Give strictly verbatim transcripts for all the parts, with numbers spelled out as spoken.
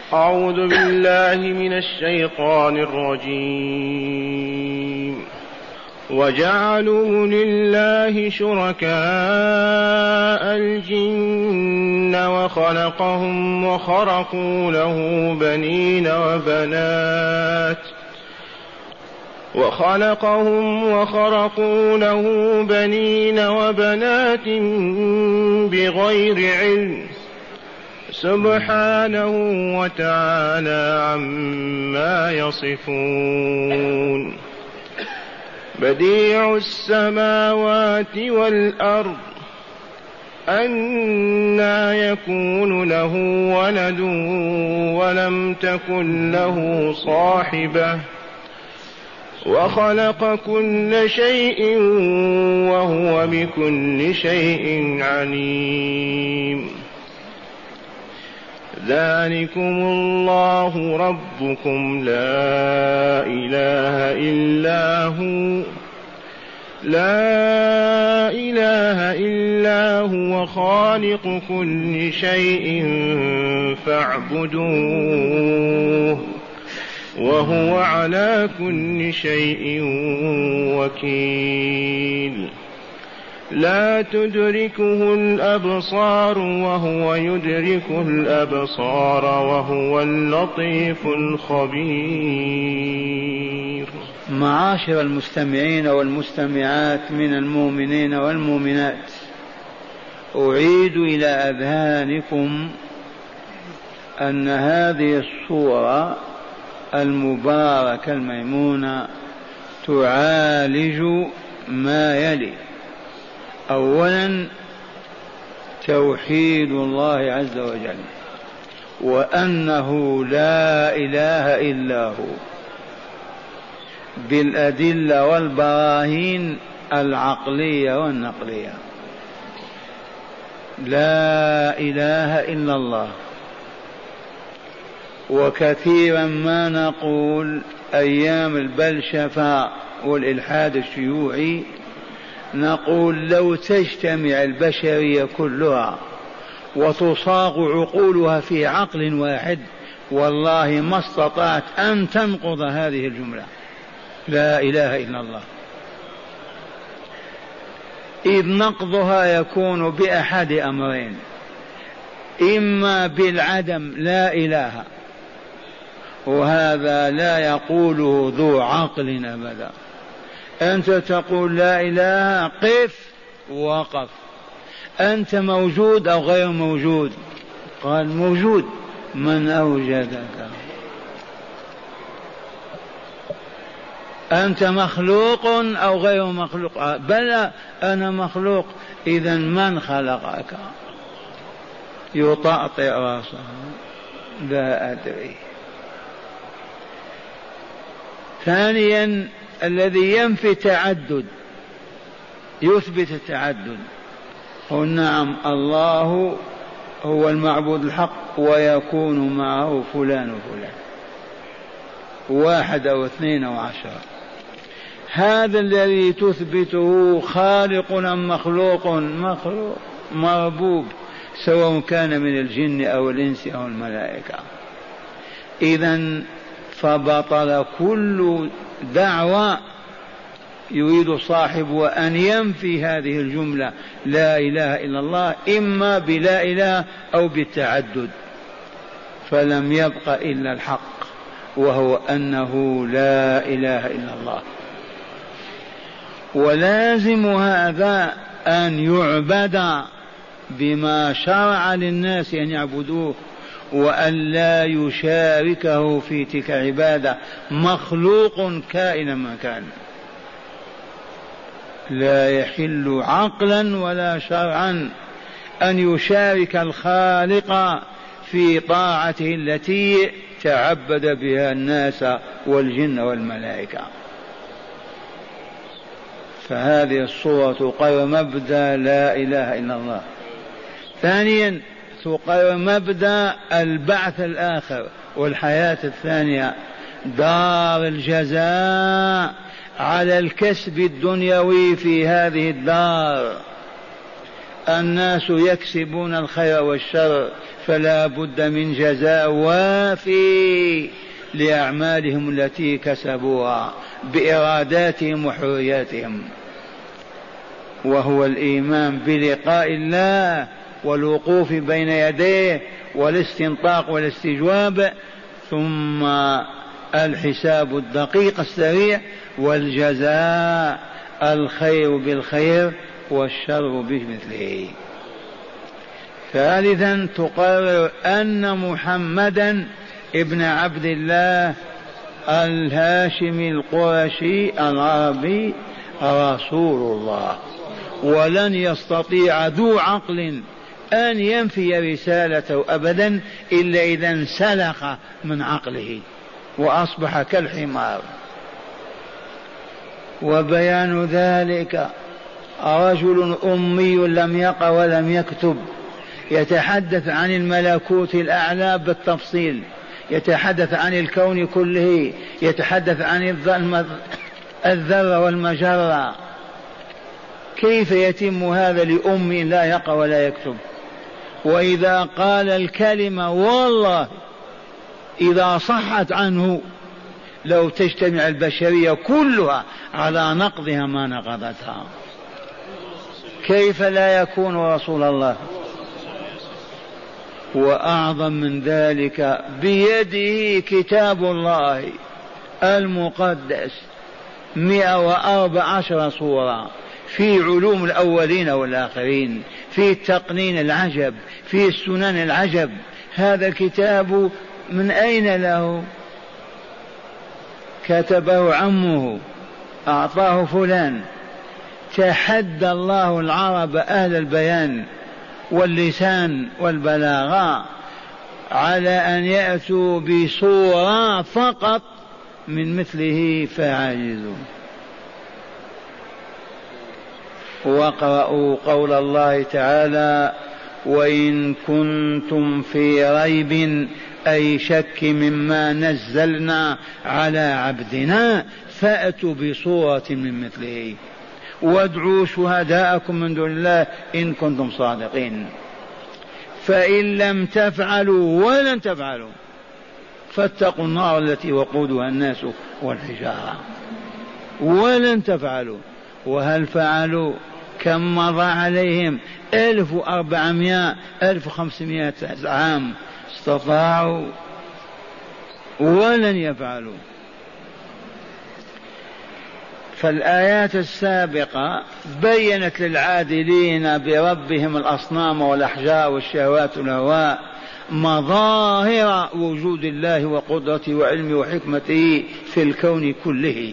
أعوذ بالله من الشيطان الرجيم. وجعلوا لله شركاء الجن وخلقهم وخرقوا له بنين وبنات وخلقهم وخرقوا له بنين وبنات بغير علم سبحانه وتعالى عما يصفون. بديع السماوات والأرض أنى يكون له ولد ولم تكن له صاحبة وخلق كل شيء وهو بكل شيء عليم. ذلكم الله ربكم لا إله إلا هو لا إله إلا هو خالق كل شيء فاعبدوه وهو على كل شيء وكيل. لا تدركه الأبصار وهو يدرك الأبصار وهو اللطيف الخبير. معاشر المستمعين والمستمعات من المؤمنين والمؤمنات، أعيد إلى أذهانكم أن هذه الصورة المباركة الميمونة تعالج ما يلي: أولا توحيد الله عز وجل، وأنه لا إله إلا هو بالأدلة والبراهين العقلية والنقلية. لا إله إلا الله. وكثيرا ما نقول أيام البلشفة والإلحاد الشيوعي، نقول لو تجتمع البشرية كلها وتصاغ عقولها في عقل واحد والله ما استطعت أن تنقض هذه الجملة لا إله إلا الله. إذ نقضها يكون بأحد أمرين: إما بالعدم لا إله، وهذا لا يقوله ذو عقل أبدا. أنت تقول لا إله، قف، وقف. أنت موجود أو غير موجود؟ قال موجود. من أوجدك؟ أنت مخلوق أو غير مخلوق؟ بلى أنا مخلوق. إذا من خلقك؟ يطأطئ رأسه: لا أدري. ثانيا الذي ينفي التعدد يثبت التعدد. قل نعم الله هو المعبود الحق ويكون معه فلان وفلان، واحد أو اثنين أو عشرة. هذا الذي تثبته خالق أم مخلوق؟ مخلوق مربوب، سواء كان من الجن أو الإنس أو الملائكة. إذن فبطل كل دعوة يريد صاحبه أن ينفي هذه الجملة لا إله إلا الله، إما بلا إله أو بالتعدد، فلم يبق إلا الحق، وهو أنه لا إله إلا الله. ولازم هذا أن يعبد بما شرع للناس أن يعبدوه، وأن لا يشاركه في تلك عبادة مخلوق كائنا ما كان. لا يحل عقلا ولا شرعا أن يشارك الخالق في طاعته التي تعبد بها الناس والجن والملائكة. فهذه الصورة تقرر مبدأ لا إله إلا الله. ثانيا تقرر مبدأ البعث الآخر والحياة الثانية، دار الجزاء على الكسب الدنيوي في هذه الدار. الناس يكسبون الخير والشر في فلا بد من جزاء وافي لأعمالهم التي كسبوها بإراداتهم وحرياتهم، وهو الإيمان بلقاء الله والوقوف بين يديه والاستنطاق والاستجواب، ثم الحساب الدقيق السريع، والجزاء الخير بالخير والشر بمثله. ثالثا تقرر أن محمدا ابن عبد الله الهاشمي القرشي العربي رسول الله، ولن يستطيع ذو عقل أن ينفي رسالته أبدا إلا إذا انسلخ من عقله وأصبح كالحمار. وبيان ذلك رجل أمي لم يقرأ ولم يكتب يتحدث عن الملكوت الأعلى بالتفصيل، يتحدث عن الكون كله، يتحدث عن الذرة والمجرة. كيف يتم هذا لأم لا يقرأ ولا يكتب؟ وإذا قال الكلمة والله إذا صحت عنه لو تجتمع البشرية كلها على نقضها ما نقضتها. كيف لا يكون رسول الله؟ وأعظم من ذلك بيده كتاب الله المقدس مئة وأربع عشر صورة في علوم الأولين والآخرين، في التقنين العجب، في السنن العجب. هذا الكتاب من أين له؟ كتبه عمه، أعطاه فلان. تحدى الله العرب أهل البيان واللسان والبلاغة على أن يأتوا بصورة فقط من مثله فعاجزوا. واقرأوا قول الله تعالى: وإن كنتم في ريب أي شك مما نزلنا على عبدنا فأتوا بصورة من مثله وادعوا شهداءكم من دون الله إن كنتم صادقين. فإن لم تفعلوا ولن تفعلوا فاتقوا النار التي وقودها الناس والحجارة. ولن تفعلوا. وهل فعلوا؟ كم مضى عليهم؟ ألف وأربعمائة ألف وخمسمائة عام استطاعوا ولن يفعلوا. فالآيات السابقة بيّنت للعادلين بربهم الأصنام والأحجار والشهوات والهواء مظاهر وجود الله وقدرته وعلمه وحكمته في الكون كله.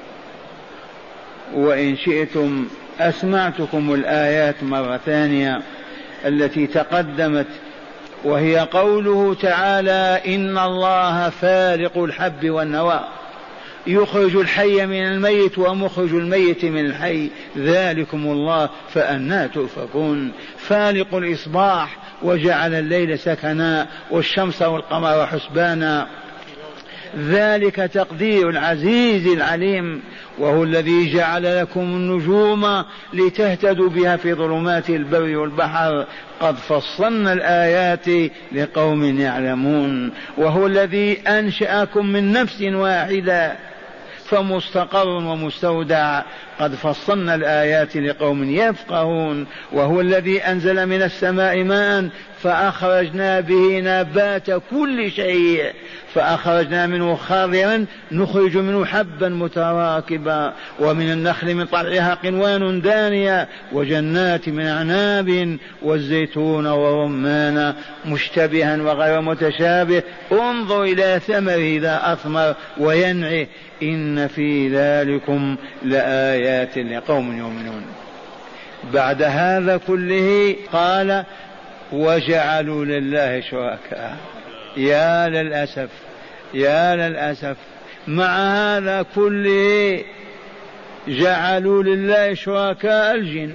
وإن شئتم أسمعتكم الآيات مرة ثانية التي تقدمت، وهي قوله تعالى: إن الله فارق الحب والنوى يخرج الحي من الميت ومخرج الميت من الحي ذلكم الله فأنى تؤفكون. فالق الإصباح وجعل الليل سكنا والشمس والقمر حسبانا ذلك تقدير العزيز العليم. وهو الذي جعل لكم النجوم لتهتدوا بها في ظلمات البر والبحر قد فصلنا الآيات لقوم يعلمون. وهو الذي أنشأكم من نفس واحدة فمستقر ومستودع قد فصلنا الآيات لقوم يفقهون. وهو الذي أنزل من السماء ماء فأخرجنا به نبات كل شيء فأخرجنا منه خاضرا نخرج منه حبا متراكبا ومن النخل من طلعها قنوان دانية وجنات من أعناب والزيتون والرمان مشتبها وغير متشابه انظر إلى ثمره إذا أثمر وينعه إن في ذلكم لآيات لقوم يؤمنون. بعد هذا كله قال: وجعلوا لله شركاء. يا للأسف يا للأسف مع هذا كله جعلوا لله شركاء الجن.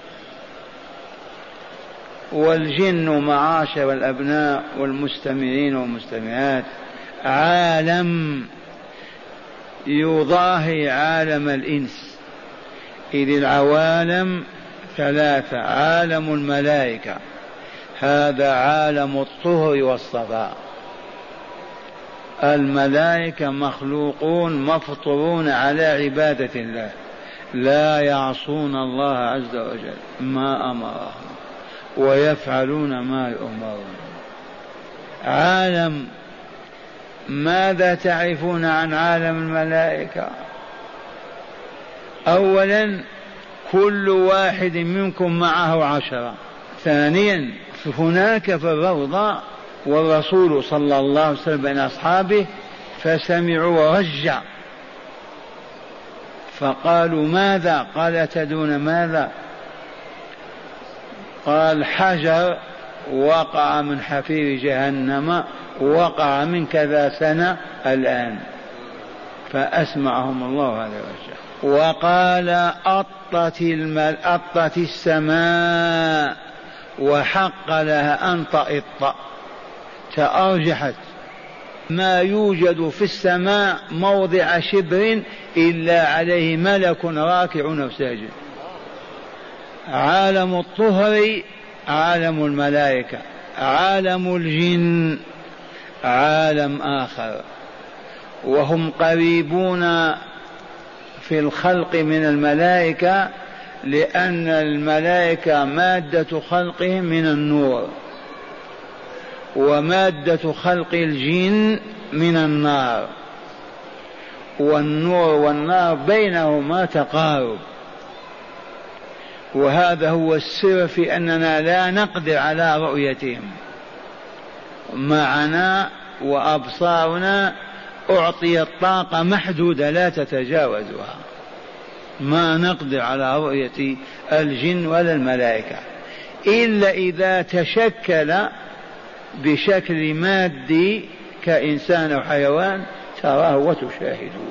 والجن معاشر الأبناء والمستمعين والمستمعات عالم يضاهي عالم الإنس، إذ العوالم ثلاثة: عالم الملائكة، هذا عالم الطهر والصفاء. الملائكة مخلوقون مفطورون على عبادة الله، لا يعصون الله عز وجل ما أمرهم ويفعلون ما يؤمرون. عالم ماذا تعرفون عن عالم الملائكة؟ أولا كل واحد منكم معه عشرة. ثانيا هناك في الروضة والرسول صلى الله عليه وسلم بين أصحابه فسمعوا ورجع فقالوا ماذا؟ قال تدون ماذا؟ قال حجر وقع من حفير جهنم وقع من كذا سنة الآن، فأسمعهم الله هذا الوجه. وقال أطت, المل... أطت السماء وحق لها أن تأط، تأرجحت، ما يوجد في السماء موضع شبر إلا عليه ملك راكع أو ساجد. عالم الطهر عالم الملائكة، عالم الجن عالم آخر، وهم قريبون في الخلق من الملائكة، لأن الملائكة مادة خلقهم من النور، ومادة خلق الجن من النار، والنور والنار بينهما تقارب. وهذا هو السر في أننا لا نقدر على رؤيتهم. معنا وأبصارنا أعطيت طاقة محدودة لا تتجاوزها، ما نقدر على رؤية الجن ولا الملائكة إلا إذا تشكل بشكل مادي كإنسان أو حيوان تراه وتشاهده.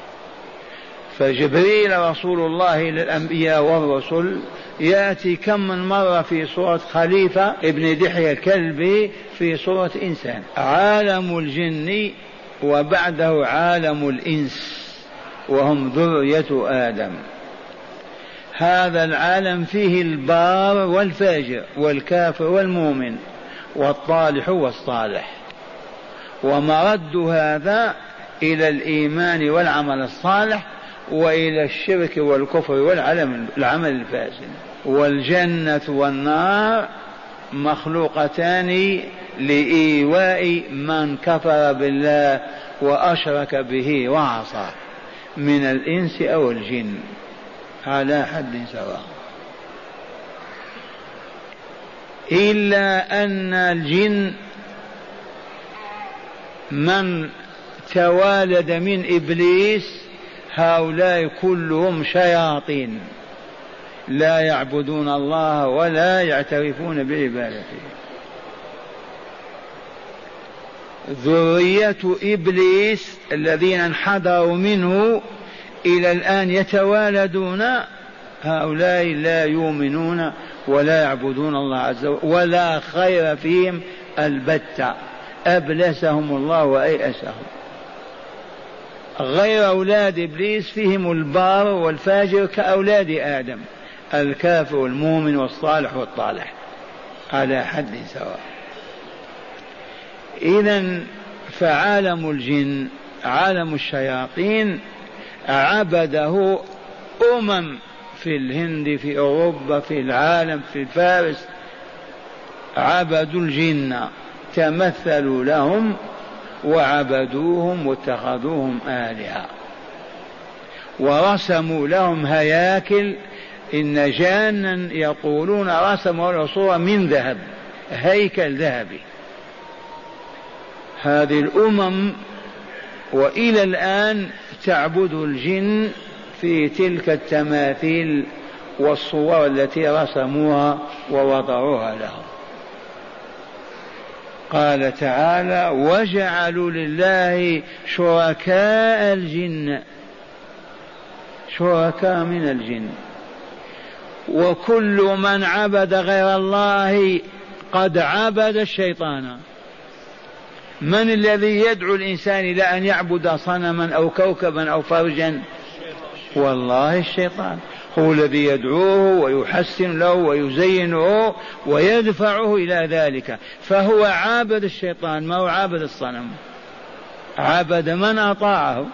فجبريل رسول الله للأنبياء والرسل يأتي كم من مرة في صورة خليفة ابن دحية الكلبي في صورة إنسان. عالم الجن وبعده عالم الإنس وهم ذرية آدم. هذا العالم فيه البار والفاجر والكافر والمؤمن والطالح والصالح، ومرد هذا إلى الإيمان والعمل الصالح وإلى الشرك والكفر والعمل الفاسد. والجنة والنار مخلوقتان لإيواء من كفر بالله وأشرك به وعصى من الإنس أو الجن على حد سواء، إلا أن الجن من توالد من إبليس هؤلاء كلهم شياطين لا يعبدون الله ولا يعترفون بعبادته. ذرية إبليس الذين انحدروا منه إلى الآن يتوالدون، هؤلاء لا يؤمنون ولا يعبدون الله عز وجل ولا خير فيهم البتة، أبلسهم الله وأيأسهم. غير أولاد إبليس فيهم البار والفاجر كأولاد آدم، الكافر والمؤمن والصالح والطالح على حد سواء. إذن فعالم الجن عالم الشياطين عبده أمم في الهند في أوروبا في العالم في فارس، عبدوا الجن تمثلوا لهم وعبدوهم واتخذوهم آلهة ورسموا لهم هياكل. إن جانا يقولون رسموا له صورة من ذهب، هيكل ذهبي. هذه الأمم وإلى الآن تعبد الجن في تلك التماثيل والصور التي رسموها ووضعوها لهم. قال تعالى وجعلوا لله شركاء الجن، شركاء من الجن. وكل من عبد غير الله قد عبد الشيطان. من الذي يدعو الإنسان إلى أن يعبد صنما أو كوكبا أو فرجا؟ والله الشيطان. هو الذي يدعوه ويحسن له ويزينه ويدفعه إلى ذلك، فهو عابد الشيطان ما هو عابد الصنم، عابد من أطاعه.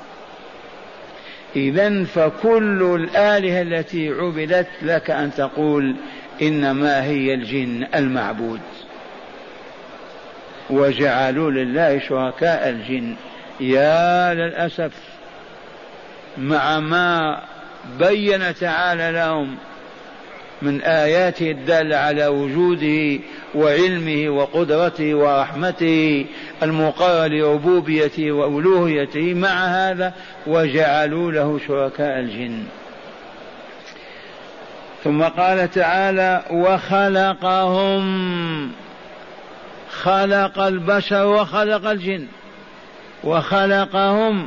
إذن فكل الآلهة التي عبدت لك أن تقول إنما هي الجن المعبود. وجعلوا لله شركاء الجن، يا للأسف مع ما بين تعالى لهم من آياته الدالة على وجوده وعلمه وقدرته ورحمته المقرر لربوبيته وألوهيته، مع هذا وجعلوا له شركاء الجن. ثم قال تعالى وخلقهم، خلق البشر وخلق الجن، وخلقهم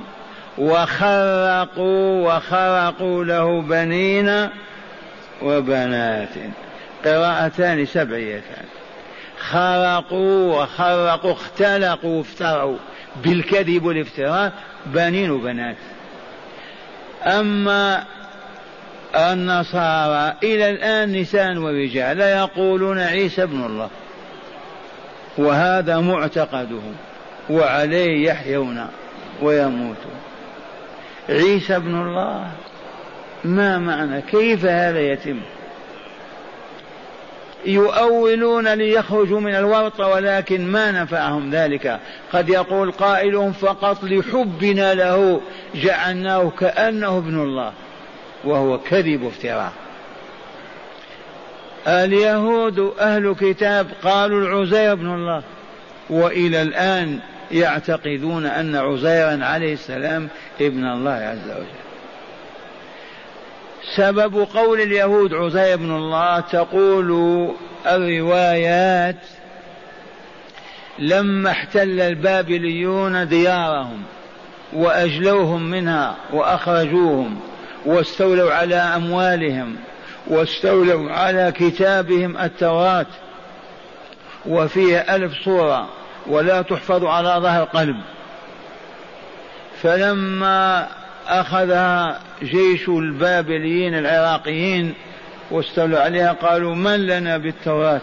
وخرقوا وخرقوا له بنين وبنات، قراءتان سبعيتان. خرقوا وخرقوا، اختلقوا وافتروا بالكذب والافتراء، بنين وبنات. أما النصارى إلى الآن نساء ورجال لا يقولون عيسى ابن الله، وهذا معتقدهم وعليه يحيون ويموتون. عيسى ابن الله ما معنى؟ كيف هذا يتم؟ يؤولون ليخرجوا من الورطة ولكن ما نفعهم ذلك. قد يقول قائلهم فقط لحبنا له جعلناه كأنه ابن الله، وهو كذب وافتراء. اليهود أهل كتاب قالوا العزير ابن الله، وإلى الآن يعتقدون أن عزيرا عليه السلام ابن الله عز وجل. سبب قول اليهود عزير ابن الله تقول الروايات لما احتل البابليون ديارهم وأجلوهم منها وأخرجوهم واستولوا على أموالهم واستولوا على كتابهم التوراة وفيها ألف سورة ولا تحفظ على ظهر قلب، فلما أخذها جيش البابليين العراقيين واستولوا عليها قالوا من لنا بالتوراة؟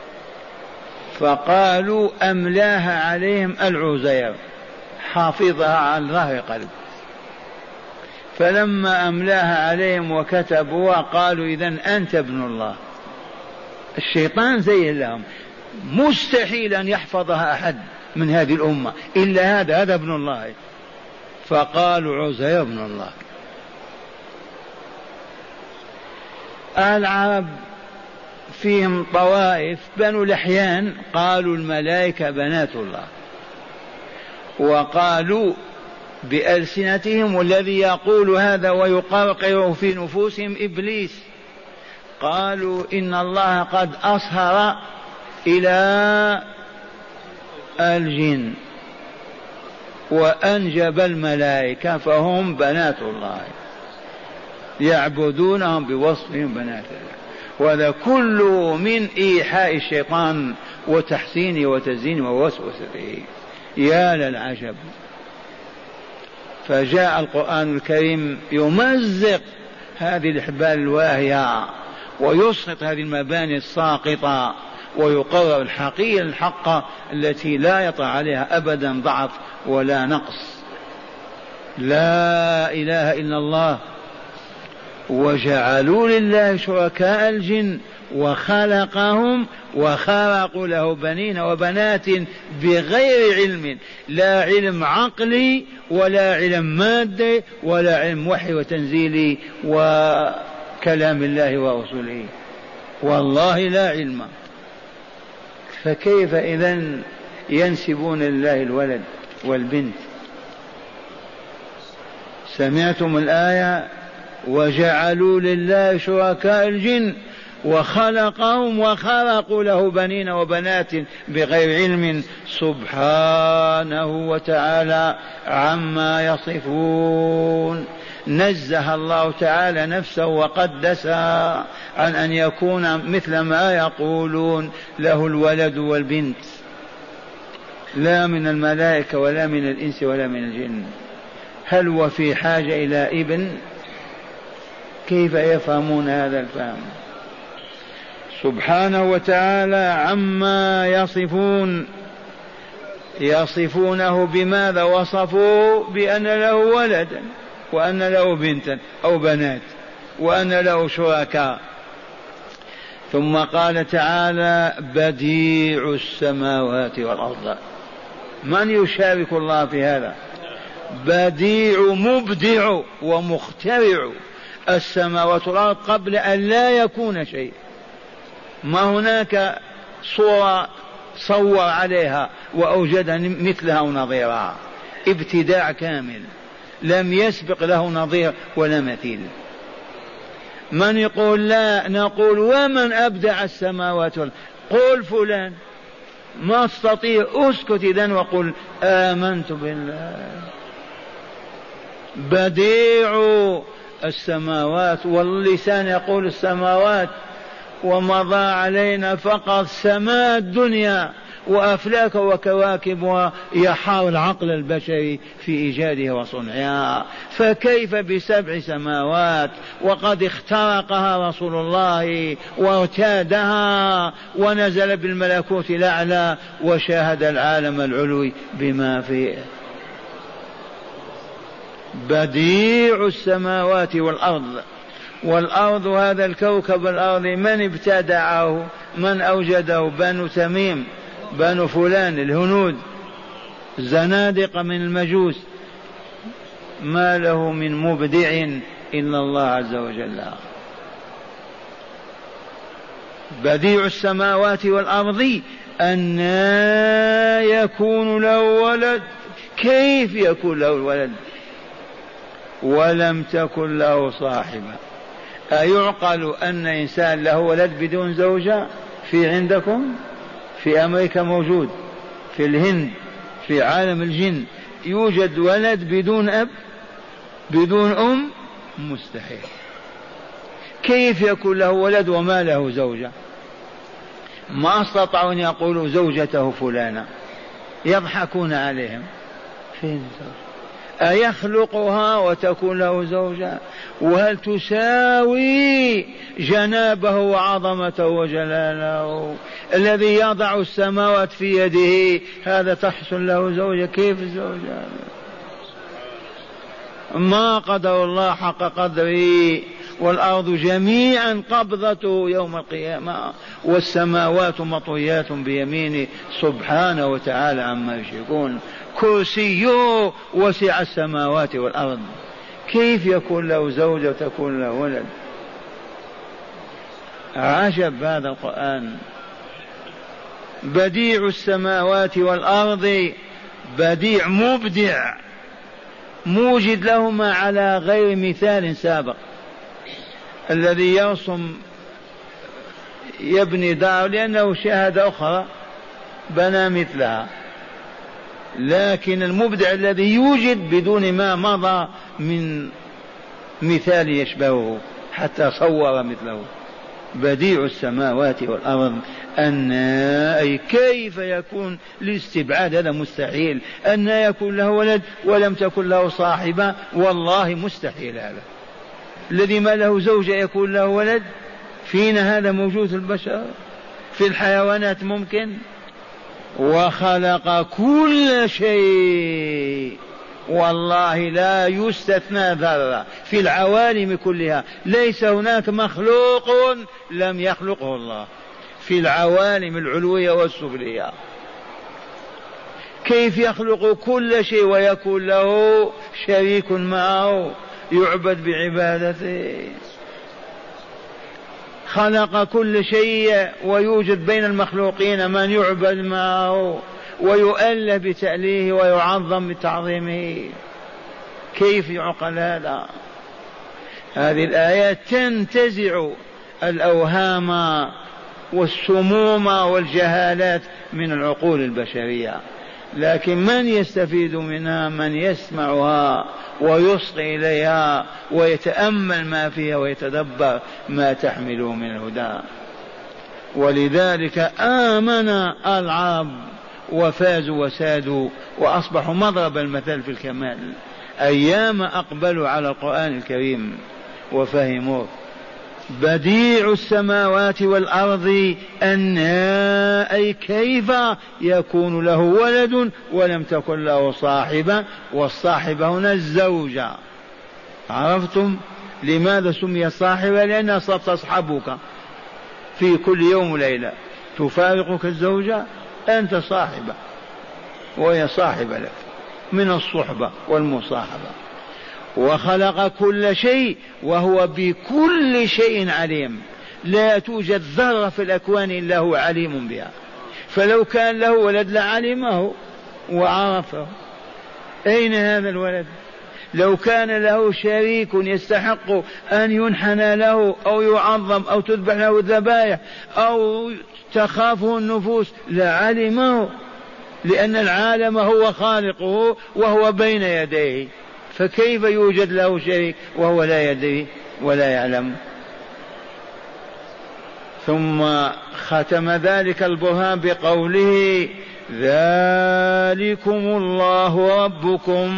فقالوا أملاها عليهم العزير حافظها على ظهر قلب. فلما أملاها عليهم وكتبوها قالوا إذن أنت ابن الله. الشيطان زين لهم، مستحيل أن يحفظها أحد من هذه الأمة إلا هذا، هذا ابن الله. فقالوا عزير ابن الله. العرب فيهم طوائف، بنو لحيان قالوا الملائكة بنات الله، وقالوا بألسنتهم والذي يقول هذا ويقرقر في نفوسهم إبليس، قالوا إن الله قد أصهر إلى الجن وأنجب الملائكة فهم بنات الله، يعبدونهم بوصفهم بنات الله. وهذا كله من إيحاء الشيطان وتحسينه وتزيينه ووسوسته. يا للعجب! فجاء القرآن الكريم يمزق هذه الإحبال الواهية ويسقط هذه المباني الساقطة ويقرر الحقيقة الحقة التي لا يطع عليها أبدا ضعف ولا نقص. لا إله إلا الله. وجعلوا لله شركاء الجن وخلقهم وخرقوا له بنين وبنات بغير علم، لا علم عقلي ولا علم مادي ولا علم وحي وتنزيلي وكلام الله ورسوله، والله لا علم. فكيف إذن ينسبون لله الولد والبنت؟ سمعتم الآية وجعلوا لله شركاء الجن وخلقهم وخلقوا له بنين وبنات بغير علم، سبحانه وتعالى عما يصفون. نزه الله تعالى نفسه وقدسها عن أن يكون مثل ما يقولون له الولد والبنت، لا من الملائكة ولا من الإنس ولا من الجن. هل هو في حاجة إلى ابن؟ كيف يفهمون هذا الفهم؟ سبحانه وتعالى عما يصفون يصفونه بماذا؟ وصفوا بأن له ولدا وأن له بنتا أو بنات وأن له شركاء. ثم قال تعالى بديع السماوات والأرض. من يشارك الله في هذا؟ بديع مبدع ومخترع السماوات والأرض قبل أن لا يكون شيء. ما هناك صورة صور عليها وأوجد مثلها ونظيرها، ابتداع كامل لم يسبق له نظير ولا مثيل. من يقول لا؟ نقول ومن أبدع السماوات والأرض؟ قل فلان. ما استطيع اسكت إذن وقل آمنت بالله. بديع السماوات، واللسان يقول السماوات ومضى علينا فقط سماء الدنيا وأفلاك وكواكبها يحار العقل البشري في إيجادها وصنعها، فكيف بسبع سماوات وقد اخترقها رسول الله وارتادها ونزل بالملكوت الأعلى وشاهد العالم العلوي بما فيه. بديع السماوات والأرض. والأرض هذا الكوكب الأرض من ابتدعه؟ من أوجده؟ بنو تميم، بنو فلان الهنود، زنادقة من المجوس. ما له من مبدع إلا الله عز وجل. بديع السماوات والأرض أنى يكون له ولد. كيف يكون له الولد ولم تكن له صاحبة؟ أيعقل أن إنسان له ولد بدون زوجة؟ في عندكم في أمريكا موجود، في الهند، في عالم الجن يوجد ولد بدون أب بدون أم؟ مستحيل. كيف يكون له ولد وما له زوجة؟ ما استطاعوا أن يقولوا زوجته فلانة، يضحكون عليهم. فين زوجة؟ أيخلقها وتكون له زوجة؟ وهل تساوي جنابه وعظمته وجلاله؟ الذي يضع السماوات في يده هذا تحصل له زوجة؟ كيف الزوجة؟ ما قدر الله حق قدره. والأرض جميعا قبضته يوم القيامة والسماوات مطويات بيمينه سبحانه وتعالى عما يشركون. كرسيه وسع السماوات والأرض. كيف يكون له زوجة وتكون له ولد؟ عجب هذا القرآن. بديع السماوات والأرض، بديع مبدع موجد لهما على غير مثال سابق. الذي يرسم يبني دار لأنه شاهد أخرى بنى مثلها، لكن المبدع الذي يوجد بدون ما مضى من مثال يشبهه حتى صور مثله. بديع السماوات والأرض أن أي كيف يكون الاستبعاد؟ هذا مستحيل. أن يكون له ولد ولم تكن له صاحبة؟ والله مستحيل. هذا الذي ما له زوجة يكون له ولد؟ فينا هذا موجود في البشر؟ في الحيوانات ممكن؟ وخلق كل شيء، والله لا يستثنى ذرة في العوالم كلها. ليس هناك مخلوق لم يخلقه الله في العوالم العلوية والسفلية. كيف يخلق كل شيء ويكون له شريك معه يعبد بعبادته؟ خلق كل شيء ويوجد بين المخلوقين من يعبد معه ويؤله بتأليه ويعظم بتعظيمه. كيف يعقل هذا؟ هذه الآيات تنتزع الأوهام والسموم والجهالات من العقول البشرية، لكن من يستفيد منها؟ من يسمعها ويصغي إليها ويتأمل ما فيها ويتدبر ما تحمله من الهدى. ولذلك آمن العرب وفازوا وسادوا وأصبحوا مضرب المثل في الكمال أيام أقبلوا على القرآن الكريم وفهموه. بديع السماوات والأرض أن أي كيف يكون له ولد ولم تكن له صاحبة، والصاحبة هنا الزوجة. عرفتم لماذا سمي صاحبة؟ لأنها ستصحبك في كل يوم وليلة، تفارقك الزوجة أنت صاحبة وهي صاحبة لك من الصحبة والمصاحبة. وخلق كل شيء وهو بكل شيء عليم، لا توجد ذرة في الأكوان إلا هو عليم بها، فلو كان له ولد لعلمه وعرفه. أين هذا الولد؟ لو كان له شريك يستحق أن ينحنى له أو يعظم أو تذبح له الذبائح أو تخافه النفوس لعلمه، لأن العالم هو خالقه وهو بين يديه، فكيف يوجد له شريك وهو لا يدري ولا يعلم؟ ثم ختم ذلك البرهان بقوله ذلكم الله ربكم.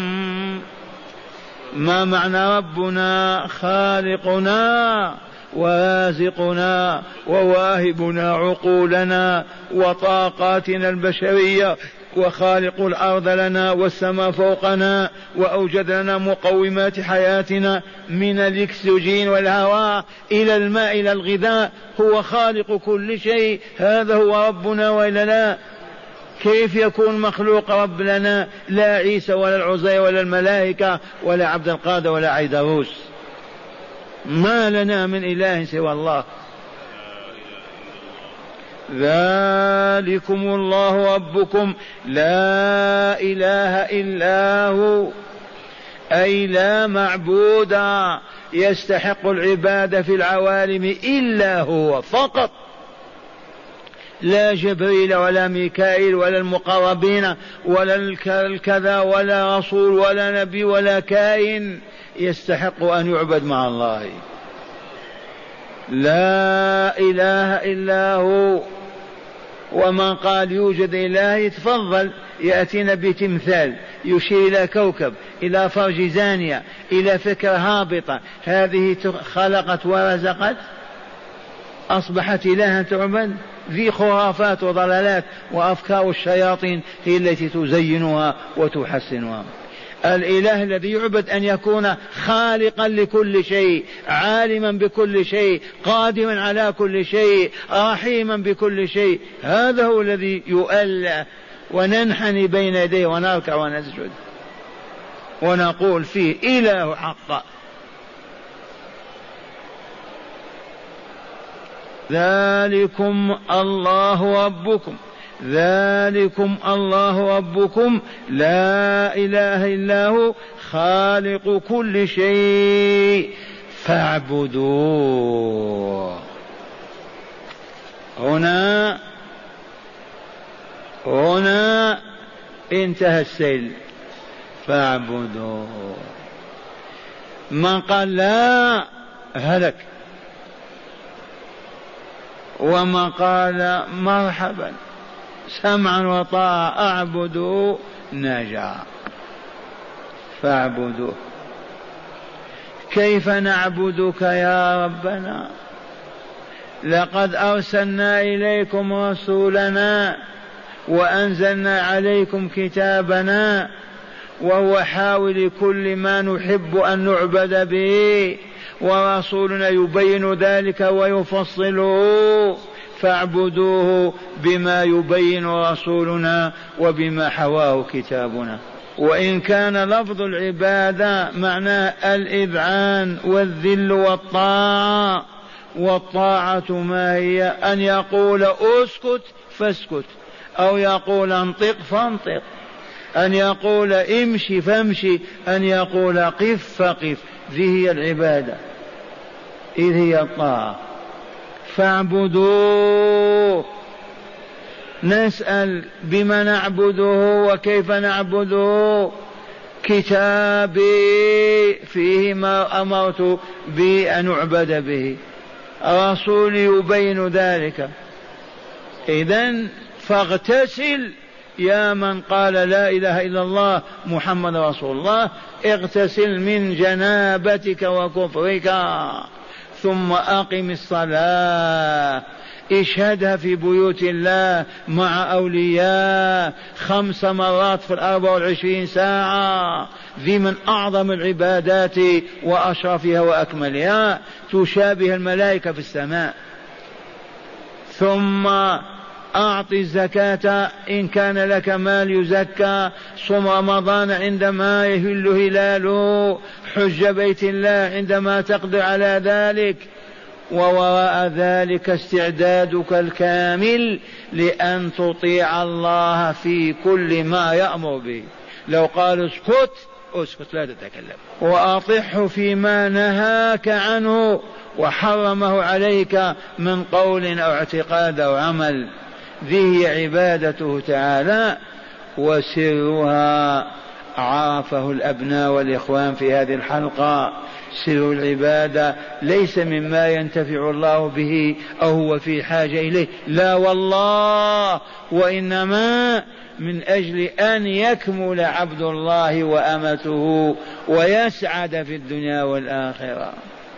ما معنى ربنا؟ خالقنا ورازقنا وواهبنا عقولنا وطاقاتنا البشرية، وخالق الأرض لنا والسماء فوقنا، وأوجد لنا مقومات حياتنا من الأكسجين والهواء إلى الماء إلى الغذاء. هو خالق كل شيء، هذا هو ربنا وإلا لا؟ كيف يكون مخلوق رب لنا؟ لا عيسى ولا العزير ولا الملائكة ولا عبد القادر ولا عيدروس، ما لنا من إله سوى الله. ذلكم الله ربكم لا إله إلا هو، أي لا معبود يستحق العبادة في العوالم إلا هو فقط، لا جبريل ولا ميكائيل ولا المقربين ولا الكذا ولا رسول ولا نبي ولا كائن يستحق أن يعبد مع الله. لا إله إلا هو. ومن قال يوجد إله يتفضل يأتينا بتمثال يشير إلى كوكب، إلى فرج زانية، إلى فكرة هابطة، هذه خلقت ورزقت أصبحت إلها تعبد؟ ذي خرافات وضلالات وأفكار الشياطين هي التي تزينها وتحسنها. الإله الذي يعبد أن يكون خالقا لكل شيء، عالما بكل شيء، قادما على كل شيء، رحيما بكل شيء، هذا هو الذي يؤلى وننحني بين يديه ونركع ونسجد ونقول فيه إله حق. ذلكم الله ربكم ذلكم الله ربكم لا إله إلا هو خالق كل شيء فاعبدوه. هنا هنا انتهى السيل، فاعبدوه. من قال لا هلك، ومن قال مرحبا سمعا وطاعة أعبدوا نجا. فاعبدوه. كيف نعبدك يا ربنا؟ لقد أرسلنا إليكم رسولنا وأنزلنا عليكم كتابنا، وهو حاول كل ما نحب أن نعبد به، ورسولنا يبين ذلك ويفصله، فاعبدوه بما يبين رسولنا وبما حواه كتابنا. وإن كان لفظ العبادة معناه الإذعان والذل والطاعة، والطاعة ما هي؟ أن يقول أسكت فاسكت، أو يقول انطق فانطق، أن يقول امشي فامشي، أن يقول قف فقف. ذي هي العبادة، إذ هي الطاعة. فاعبدوه. نسأل بما نعبده وكيف نعبده؟ كتابي فيه ما أمرت بأن أعبد به، رسولي يبين ذلك. إذن فاغتسل يا من قال لا إله إلا الله محمد رسول الله اغتسل من جنابتك وكفرك ثم أقم الصلاة اشهدها في بيوت الله مع أولياء خمس مرات في الأربع والعشرين ساعة، ذي من أعظم العبادات وأشرفها وأكملها، تشابه الملائكة في السماء. ثم أعط الزكاة إن كان لك مال يزكى، صم رمضان عندما يهل هلاله، حج بيت الله عندما تقدر على ذلك، ووراء ذلك استعدادك الكامل لأن تطيع الله في كل ما يأمر به. لو قال اسكت اسكت لا تتكلم، وأطعه فيما نهاك عنه وحرمه عليك من قول أو اعتقاد أو عمل. ذي عبادته تعالى، وسرها عرفه الأبناء والإخوان في هذه الحلقة. سر العبادة ليس مما ينتفع الله به أو هو في حاجة إليه، لا والله، وإنما من أجل أن يكمل عبد الله وأمته ويسعد في الدنيا والآخرة.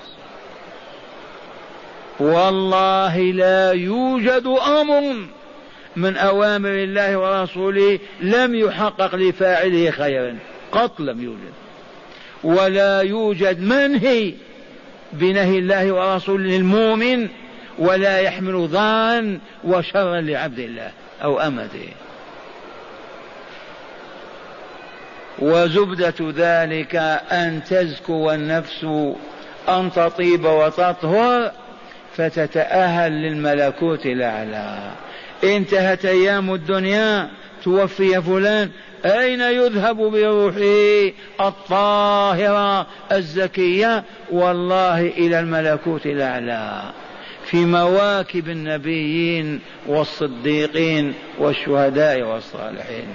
والله لا يوجد أمر من أوامر الله ورسوله لم يحقق لفاعله خيرا قط، لم يوجد، ولا يوجد منهي بنهي الله ورسوله للمؤمن ولا يحمل ضررا وشرا لعبد الله أو أمته. وزبدة ذلك أن تزكو النفس، أن تطيب وتطهر فتتأهل للملكوت الأعلى. انتهت أيام الدنيا، توفي فلان، أين يذهب بروحه الطاهرة الزكية؟ والله إلى الملكوت الأعلى في مواكب النبيين والصديقين والشهداء والصالحين.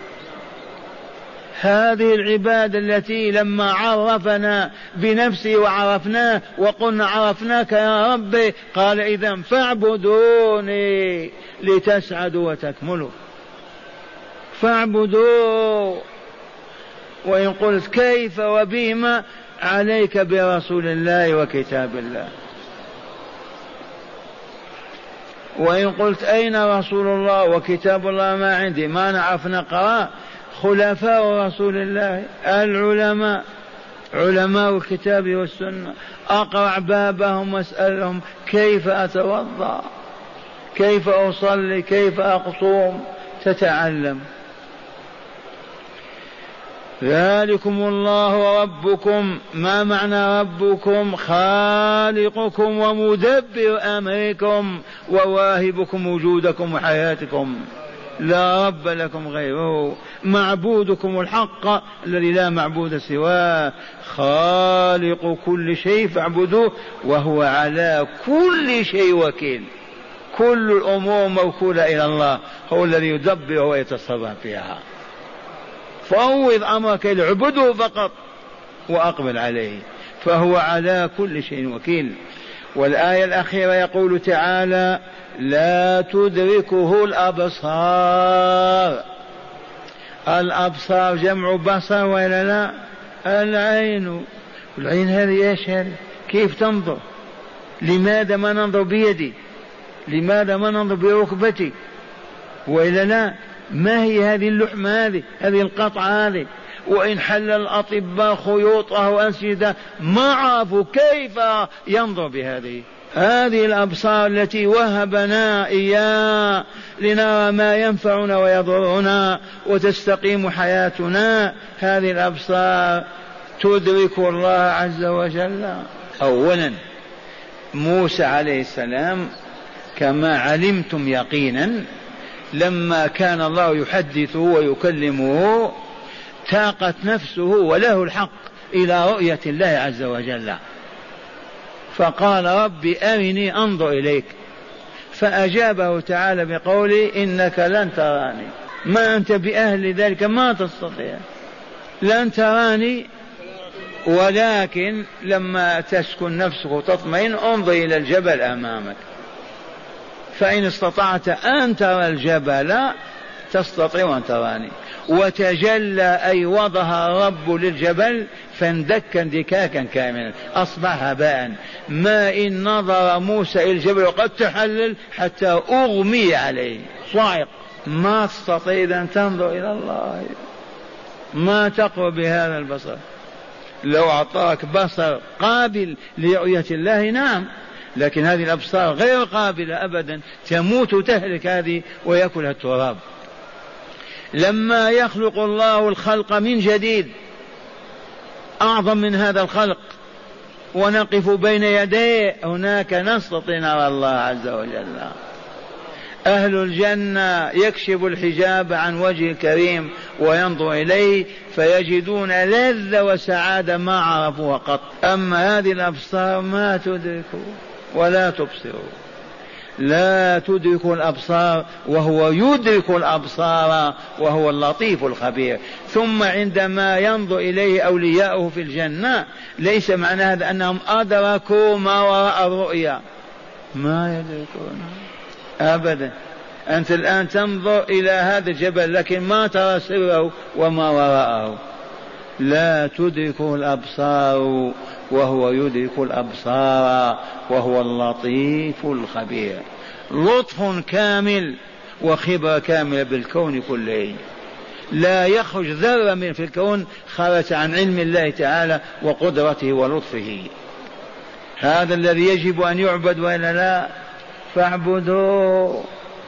هذه العبادة التي لما عرفنا بنفسه وعرفناه وقلنا عرفناك يا رب، قال إذا فاعبدوني لتسعدوا وتكملوا، فاعبدوا. وإن قلت كيف وبما، عليك برسول الله وكتاب الله. وإن قلت أين رسول الله وكتاب الله؟ ما عندي، ما نعرف نقرأ. خلفاء رسول الله العلماء، علماء الكتاب والسنة، أقرع بابهم واسألهم كيف أتوضأ، كيف أصلي، كيف أقصوم، تتعلم. ذلكم الله ربكم. ما معنى ربكم؟ خالقكم ومدبر أمركم وواهبكم وجودكم وحياتكم، لا رب لكم غيره. معبودكم الحق الذي لا معبود سواه، خالق كل شيء فاعبدوه، وهو على كل شيء وكيل. كل الأمور موكولة إلى الله، هو الذي يدبر ويتصرف فيها. فأوض أمرك اعبده فقط وأقبل عليه، فهو على كل شيء وكيل. والآية الأخيرة يقول تعالى لا تدركه الأبصار. الأبصار جمع بصر ولا لا؟ العين. العين هذه ايش هذه؟ كيف تنظر؟ لماذا ما ننظر بيدي؟ لماذا ما ننظر بركبتي؟ وإلا لا؟ ما هي هذه اللحمة هذه؟ هذه القطعة هذه؟ وإن حل الأطباء خيوطه وأنسجة ما عرفوا كيف ينظر بهذه. هذه الأبصار التي وهبنا إياه لنرى ما ينفعنا ويضرنا وتستقيم حياتنا، هذه الأبصار تدرك الله عز وجل. أولا موسى عليه السلام كما علمتم يقينا لما كان الله يحدثه ويكلمه تاقت نفسه وله الحق إلى رؤية الله عز وجل، فقال ربي أرني أنظر إليك، فأجابه تعالى بقوله إنك لن تراني، ما أنت بأهل ذلك، ما تستطيع، لن تراني، ولكن لما تسكن نفسك وتطمئن انظر إلى الجبل أمامك، فإن استطعت أن ترى الجبل تستطيع أن تراني. وتجلى أي وضح الرب للجبل فاندك اندكاكا كاملا أصبح هباء. ما إن نظر موسى إلى الجبل وقد تحلل حتى أغمي عليه صاعق، ما تستطيع أن تنظر إلى الله، ما تقوى بهذا البصر. لو أعطاك بصر قابل لرؤية الله نعم، لكن هذه الأبصار غير قابلة أبدا، تموت وتهلك هذه ويأكلها التراب. لما يخلق الله الخلق من جديد أعظم من هذا الخلق ونقف بين يديه هناك نستطيع نرى الله عز وجل. أهل الجنة يكشف الحجاب عن وجه الكريم وينظر إليه فيجدون لذة وسعادة ما عرفوها قط. أما هذه الأبصار ما تدرك ولا تبصر، لا تدرك الأبصار وهو يدرك الأبصار وهو اللطيف الخبير. ثم عندما ينظر إليه أولياؤه في الجنة ليس معنى هذا أنهم أدركوا ما وراء الرؤيا، ما يدركون أبدا. أنت الآن تنظر إلى هذا الجبل لكن ما ترى سره وما وراءه. لا تدركه الأبصار وهو يدرك الأبصار وهو اللطيف الخبير. لطف كامل وخبرة كاملة بالكون كله، لا يخرج ذرة من في الكون خرج عن علم الله تعالى وقدرته ولطفه. هذا الذي يجب أن يعبد وإلا لا؟ فاعبدوه،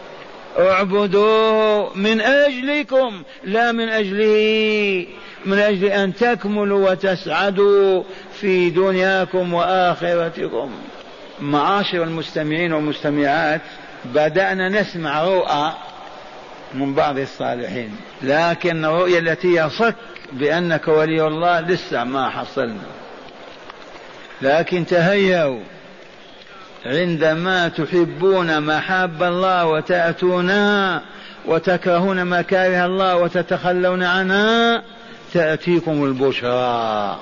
اعبدوه من أجلكم لا من أجله، من أجل أن تكملوا وتسعدوا في دنياكم وآخرتكم. معاشر المستمعين والمستمعات، بدأنا نسمع رؤى من بعض الصالحين، لكن الرؤيا التي يصك بأنك ولي الله لسه ما حصلنا. لكن تهيئوا عندما تحبون محاب الله وتأتونها وتكرهون مكاره الله وتتخلون عنها تأتيكم البشرى.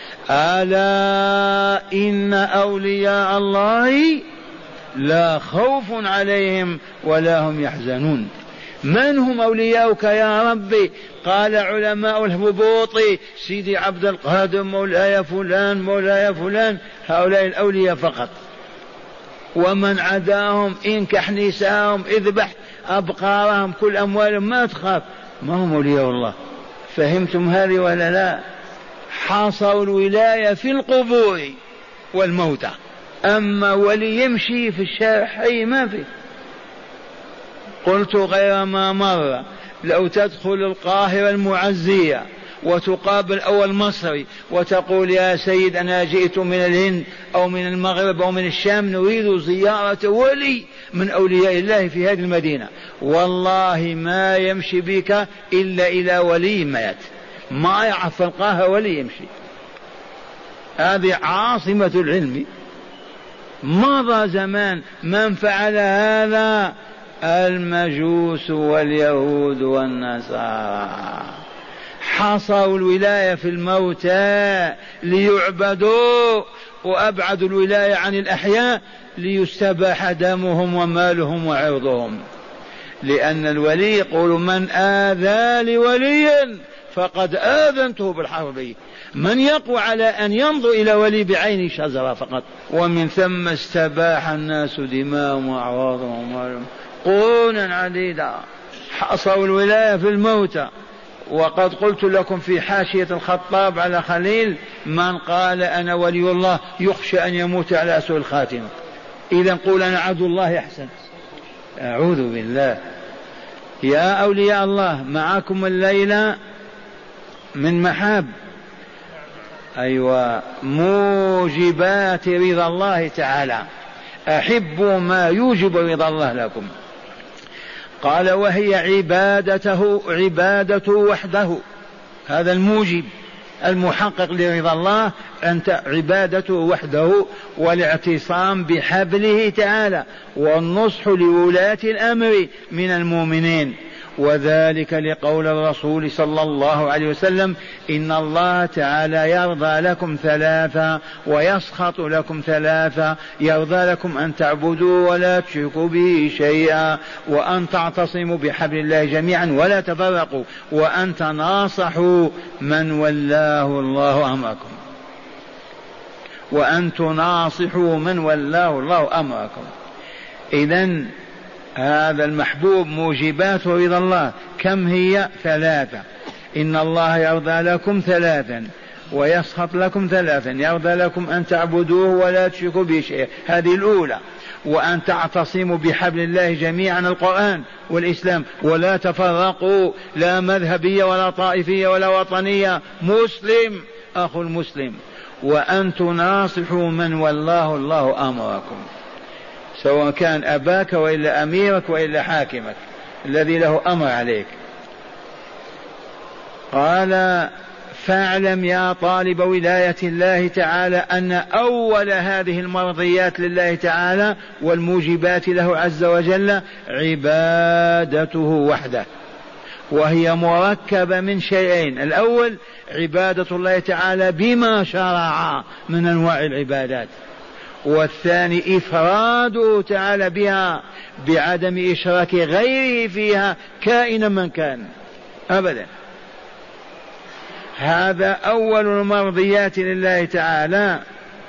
ألا إن أولياء الله لا خوف عليهم ولا هم يحزنون. من هم أولياؤك يا ربي؟ قال علماء الهبوط سيدي عبد القادر مولاي فلان مولاي فلان، هؤلاء الأولياء فقط. ومن عداهم انكح نساءهم اذبح أبقارهم كل أموالهم ما تخاف، ما هم أولياء الله. فهمتم هذه ولا لا؟ حاصروا الولاية في القبور والموتى، أما ولي يمشي في الشارع حي ما في. قلت غير ما مر، لو تدخل القاهرة المعزية وتقابل أول مصري وتقول يا سيد أنا جئت من الهند أو من المغرب أو من الشام نريد زيارة ولي من أولياء الله في هذه المدينة، والله ما يمشي بك إلا إلى ولي مات، ما يعرف القاهرة ولي يمشي. هذه عاصمة العلم. مضى زمان من فعل هذا المجوس واليهود والنصارى، حصروا الولاية في الموتى ليعبدوا، وأبعدوا الولاية عن الأحياء ليستباح دمهم ومالهم وعرضهم. لأن الولي يقول من آذى لولي فقد آذنته بالحرب. من يقوى على أن ينظر إلى ولي بعين شجرة فقط؟ ومن ثم استباح الناس دماءهم وأعراضهم ومالهم قرونا عديدة. حصروا الولاية في الموتى. وقد قلت لكم في حاشية الخطاب على خليل من قال أنا ولي الله يخشى أن يموت على سوء الخاتمة. إذا قول أنا عدو الله أحسن. أعوذ بالله. يا أولياء الله معكم الليلة من محاب أيوة موجبات رضا الله تعالى. أحبوا ما يوجب رضا الله لكم. قال وهي عبادته عبادته وحده، هذا الموجب المحقق لرضا الله أنت عبادته وحده، والاعتصام بحبله تعالى، والنصح لولاة الأمر من المؤمنين، وذلك لقول الرسول صلى الله عليه وسلم إن الله تعالى يرضى لكم ثلاثة ويسخط لكم ثلاثة: يرضى لكم أن تعبدوا ولا تشركوا به شيئا، وأن تعتصموا بحبل الله جميعا ولا تفرقوا، وأن تناصحوا من ولاه الله أمركم، وأن تناصحوا من ولاه الله أمركم. إذن هذا المحبوب موجبات رضا الله كم هي؟ ثلاثة: إن الله يرضى لكم ثلاثا ويسخط لكم ثلاثا، يرضى لكم أن تعبدوه ولا تشركوا به شيئا، هذه الأولى، وأن تعتصموا بحبل الله جميعا القرآن والإسلام ولا تفرقوا، لا مذهبية ولا طائفية ولا وطنية، مسلم أخو المسلم، وأن تناصحوا من والله الله أمركم، سواء كان أباك وإلا أميرك وإلا حاكمك الذي له أمر عليك. قال: فاعلم يا طالب ولاية الله تعالى أن أول هذه المرضيات لله تعالى والموجبات له عز وجل عبادته وحده، وهي مركبة من شيئين: الأول عبادة الله تعالى بما شرع من أنواع العبادات، والثاني إفراده تعالى بها بعدم إشراك غيره فيها كائنا من كان أبدا. هذا أول المرضيات لله تعالى.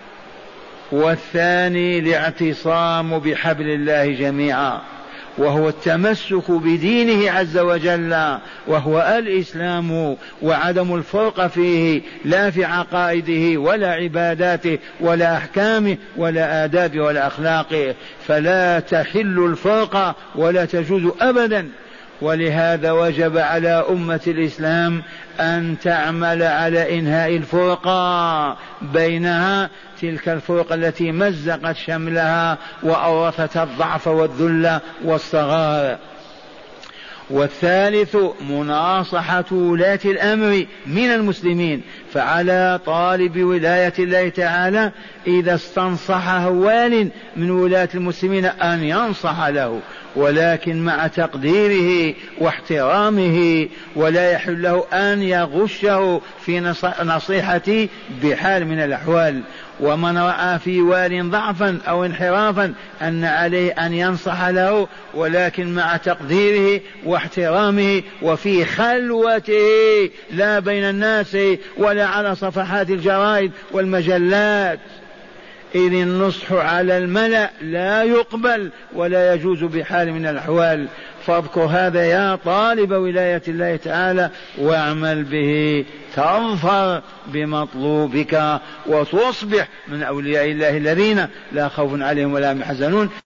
والثاني الاعتصام بحبل الله جميعا، وهو التمسك بدينه عز وجل، وهو الإسلام، وعدم الفرق فيه، لا في عقائده ولا عباداته ولا أحكامه ولا آداب ولا أخلاقه، فلا تحل الفرقة ولا تجوز أبدا. ولهذا وجب على أمة الإسلام أن تعمل على إنهاء الفرقة بينها، تلك الفرقة التي مزقت شملها وأورثت الضعف والذل والصغار. والثالث مناصحة ولاة الأمر من المسلمين، فعلى طالب ولاية الله تعالى إذا استنصحه وال من ولاة المسلمين أن ينصح له، ولكن مع تقديره واحترامه، ولا يحل له أن يغشه في نصيحته بحال من الأحوال. ومن رأى في وال ضعفا أو انحرافا أن عليه أن ينصح له، ولكن مع تقديره واحترامه وفي خلوته، لا بين الناس ولا على صفحات الجرائد والمجلات، إذ النصح على الملأ لا يقبل ولا يجوز بحال من الأحوال. فاذكر هذا يا طالب ولاية الله تعالى واعمل به، تظفر بمطلوبك وتصبح من أولياء الله الذين لا خوف عليهم ولا هم يحزنون.